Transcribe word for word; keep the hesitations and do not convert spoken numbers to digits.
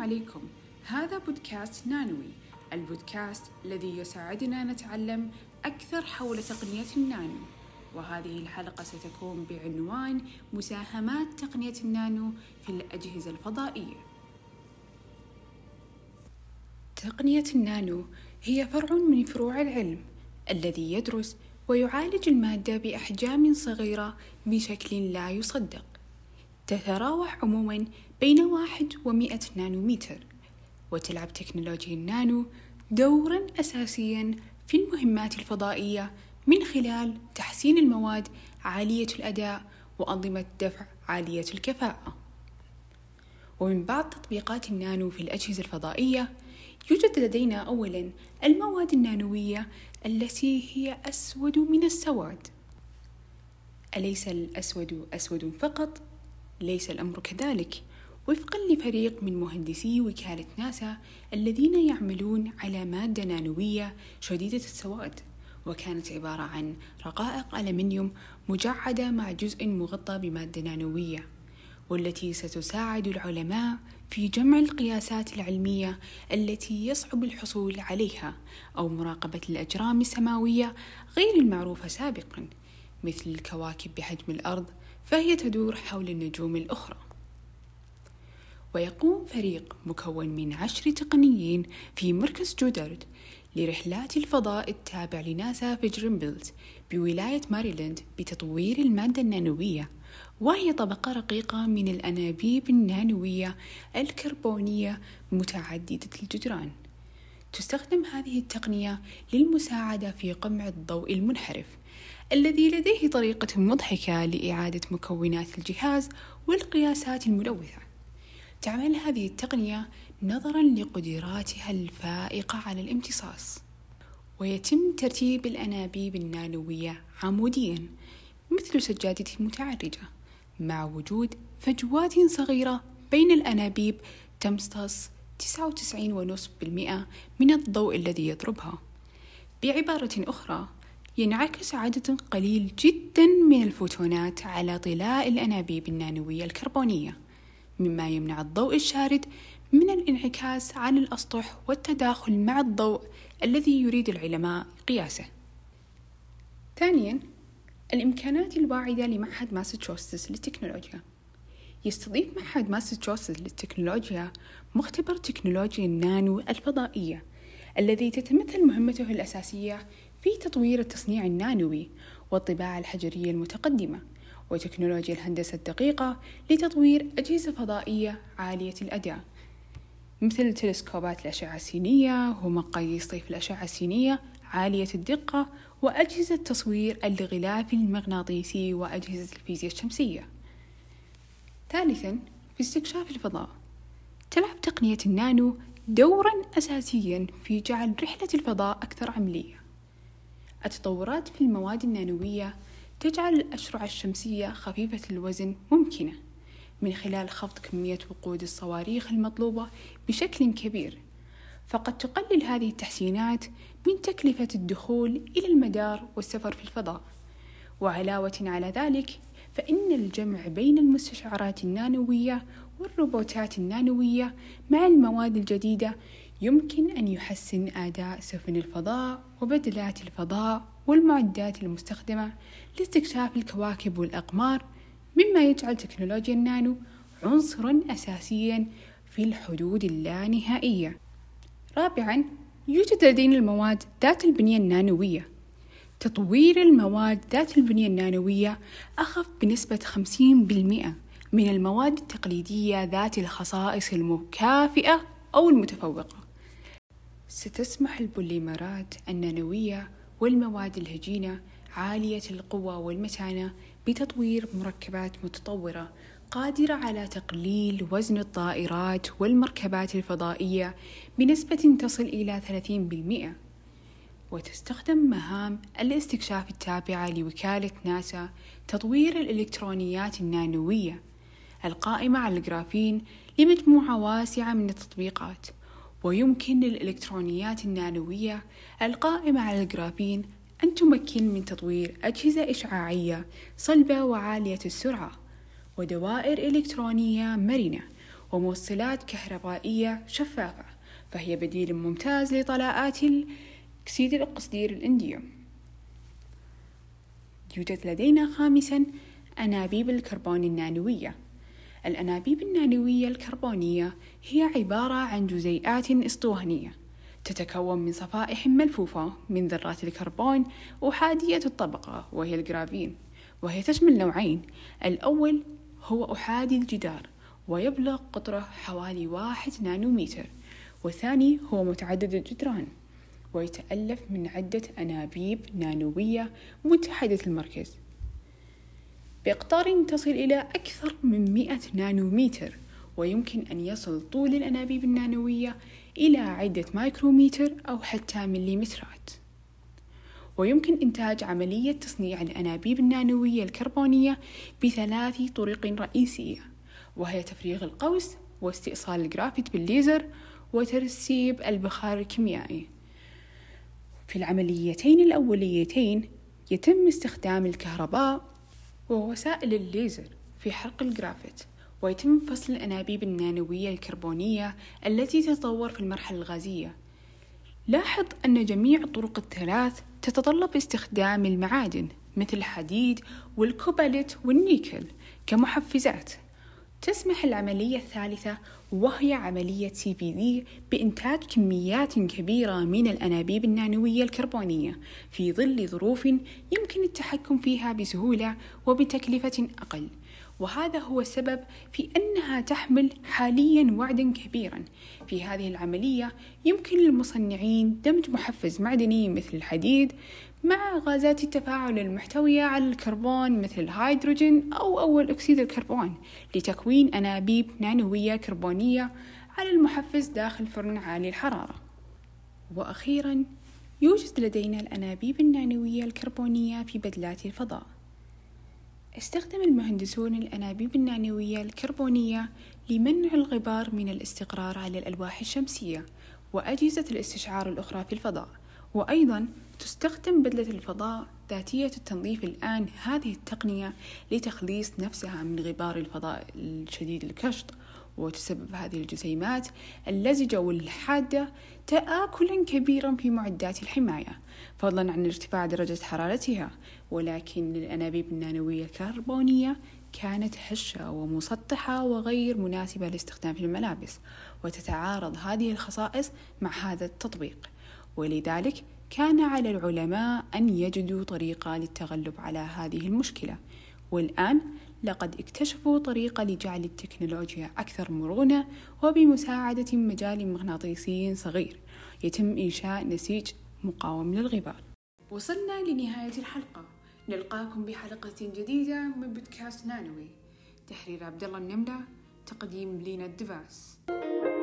عليكم. هذا بودكاست نانوي، البودكاست الذي يساعدنا نتعلم أكثر حول تقنية النانو. وهذه الحلقة ستكون بعنوان مساهمات تقنية النانو في الأجهزة الفضائية. تقنية النانو هي فرع من فروع العلم الذي يدرس ويعالج المادة بأحجام صغيرة بشكل لا يصدق، تتراوح عموماً بين واحد ومئة نانومتر. وتلعب تكنولوجيا النانو دوراً أساسياً في المهمات الفضائية من خلال تحسين المواد عالية الأداء وأنظمة دفع عالية الكفاءة. ومن بعض تطبيقات النانو في الأجهزة الفضائية يوجد لدينا أولاً المواد النانوية التي هي أسود من السواد. أليس الأسود أسود فقط؟ ليس الأمر كذلك. وفقاً لفريق من مهندسي وكالة ناسا الذين يعملون على مادة نانوية شديدة السواد، وكانت عبارة عن رقائق ألمنيوم مجعدة مع جزء مغطى بمادة نانوية، والتي ستساعد العلماء في جمع القياسات العلمية التي يصعب الحصول عليها، أو مراقبة الأجرام السماوية غير المعروفة سابقاً، مثل الكواكب بحجم الأرض فهي تدور حول النجوم الأخرى. ويقوم فريق مكون من عشر تقنيين في مركز جودارد لرحلات الفضاء التابع لناسا في جرينبلت بولاية ماريلاند بتطوير المادة النانوية، وهي طبقة رقيقة من الأنابيب النانوية الكربونية متعددة الجدران. تستخدم هذه التقنية للمساعدة في قمع الضوء المنحرف الذي لديه طريقة مضحكة لإعادة مكونات الجهاز والقياسات الملوثة. تعمل هذه التقنية نظراً لقدراتها الفائقة على الامتصاص. ويتم ترتيب الأنابيب النانوية عمودياً مثل سجادة متعرجة، مع وجود فجوات صغيرة بين الأنابيب تمتص تسعة وتسعين فاصلة خمسة بالمئة من الضوء الذي يضربها. بعبارة أخرى، ينعكس عدد قليل جداً من الفوتونات على طلاء الأنابيب النانوية الكربونية، مما يمنع الضوء الشارد من الانعكاس عن الأسطح والتداخل مع الضوء الذي يريد العلماء قياسه. ثانياً، الإمكانات الواعدة لمعهد ماساتشوستس للتكنولوجيا. يستضيف معهد ماساتشوستس للتكنولوجيا مختبر تكنولوجيا النانو الفضائية الذي تتمثل مهمته الأساسية في تطوير التصنيع النانوي والطباعة الحجرية المتقدمة وتكنولوجيا الهندسة الدقيقة لتطوير أجهزة فضائية عالية الأداء، مثل تلسكوبات الأشعة السينية ومقاييس طيف الأشعة السينية عالية الدقة وأجهزة تصوير الغلاف المغناطيسي وأجهزة الفيزياء الشمسية. ثالثاً، في استكشاف الفضاء. تلعب تقنية النانو دوراً أساسياً في جعل رحلة الفضاء أكثر عملية. التطورات في المواد النانوية تجعل الأشرعة الشمسية خفيفة الوزن ممكنة من خلال خفض كمية وقود الصواريخ المطلوبة بشكل كبير، فقد تقلل هذه التحسينات من تكلفة الدخول إلى المدار والسفر في الفضاء. وعلاوة على ذلك، فإن الجمع بين المستشعرات النانوية والروبوتات النانوية مع المواد الجديدة يمكن أن يحسن أداء سفن الفضاء وبدلات الفضاء والمعدات المستخدمة لاستكشاف الكواكب والأقمار، مما يجعل تكنولوجيا النانو عنصراً أساسياً في الحدود اللانهائية. رابعاً، يوجد لدينا المواد ذات البنية النانوية. تطوير المواد ذات البنية النانوية أخف بنسبة خمسين بالمئة من المواد التقليدية ذات الخصائص المكافئة أو المتفوقة. ستسمح البوليمرات النانوية والمواد الهجينة عالية القوة والمتانة بتطوير مركبات متطورة قادرة على تقليل وزن الطائرات والمركبات الفضائية بنسبة تصل إلى ثلاثين بالمئة. وتستخدم مهام الاستكشاف التابعة لوكالة ناسا تطوير الإلكترونيات النانوية القائمة على الجرافين لمجموعة واسعة من التطبيقات. ويمكن للإلكترونيات النانوية القائمة على الجرافين أن تمكن من تطوير أجهزة إشعاعية صلبة وعالية السرعة ودوائر إلكترونية مرنة وموصلات كهربائية شفافة، فهي بديل ممتاز لطلاءات أكسيد القصدير الإنديوم. يوجد لدينا خامساً أنابيب الكربون النانوية. الأنابيب النانوية الكربونية هي عبارة عن جزيئات اسطوانية تتكون من صفائح ملفوفة من ذرات الكربون أحادية الطبقة وهي الجرافين، وهي تشمل نوعين. الأول هو أحادي الجدار ويبلغ قطره حوالي واحد نانومتر، والثاني هو متعدد الجدران ويتألف من عدة أنابيب نانوية متحدة المركز بإقطار تصل إلى أكثر من مئة نانومتر، ويمكن أن يصل طول الأنابيب النانوية إلى عدة مايكرومتر أو حتى مليمترات. ويمكن إنتاج عملية تصنيع الأنابيب النانوية الكربونية بثلاث طرق رئيسية، وهي تفريغ القوس واستئصال الجرافيت بالليزر وترسيب البخار الكيميائي. في العمليتين الأوليتين يتم استخدام الكهرباء ووسائل الليزر في حرق الجرافيت، ويتم فصل الأنابيب النانوية الكربونية التي تتطور في المرحلة الغازية. لاحظ أن جميع الطرق الثلاث تتطلب استخدام المعادن مثل الحديد والكوبالت والنيكل كمحفزات. تسمح العملية الثالثة وهي عملية سي بي دي بإنتاج كميات كبيرة من الأنابيب النانوية الكربونية في ظل ظروف يمكن التحكم فيها بسهولة وبتكلفة أقل، وهذا هو السبب في أنها تحمل حاليا وعدا كبيرا. في هذه العملية يمكن للمصنعين دمج محفز معدني مثل الحديد مع غازات التفاعل المحتوية على الكربون مثل الهيدروجين أو أول أكسيد الكربون لتكوين أنابيب نانوية كربونية على المحفز داخل فرن عالي الحرارة. وأخيرا يوجد لدينا الأنابيب النانوية الكربونية في بدلات الفضاء. استخدم المهندسون الأنابيب النانوية الكربونية لمنع الغبار من الاستقرار على الألواح الشمسية وأجهزة الاستشعار الأخرى في الفضاء. وأيضا تستخدم بدلة الفضاء ذاتية التنظيف الآن هذه التقنية لتخليص نفسها من غبار الفضاء الشديد الكشط، وتسبب هذه الجسيمات اللزجة والحادة تآكلا كبيرا في معدات الحماية فضلا عن ارتفاع درجة حرارتها. ولكن الأنابيب النانوية الكربونية كانت هشة ومسطحة وغير مناسبة للاستخدام في الملابس، وتتعارض هذه الخصائص مع هذا التطبيق، ولذلك كان على العلماء أن يجدوا طريقة للتغلب على هذه المشكلة. والآن لقد اكتشفوا طريقة لجعل التكنولوجيا أكثر مرونة، وبمساعدة مجال مغناطيسي صغير يتم إنشاء نسيج مقاوم للغبار. وصلنا لنهاية الحلقة، نلقاكم بحلقة جديدة من بودكاست نانوي. تحرير عبد الله النملة، تقديم لينا الدفاس.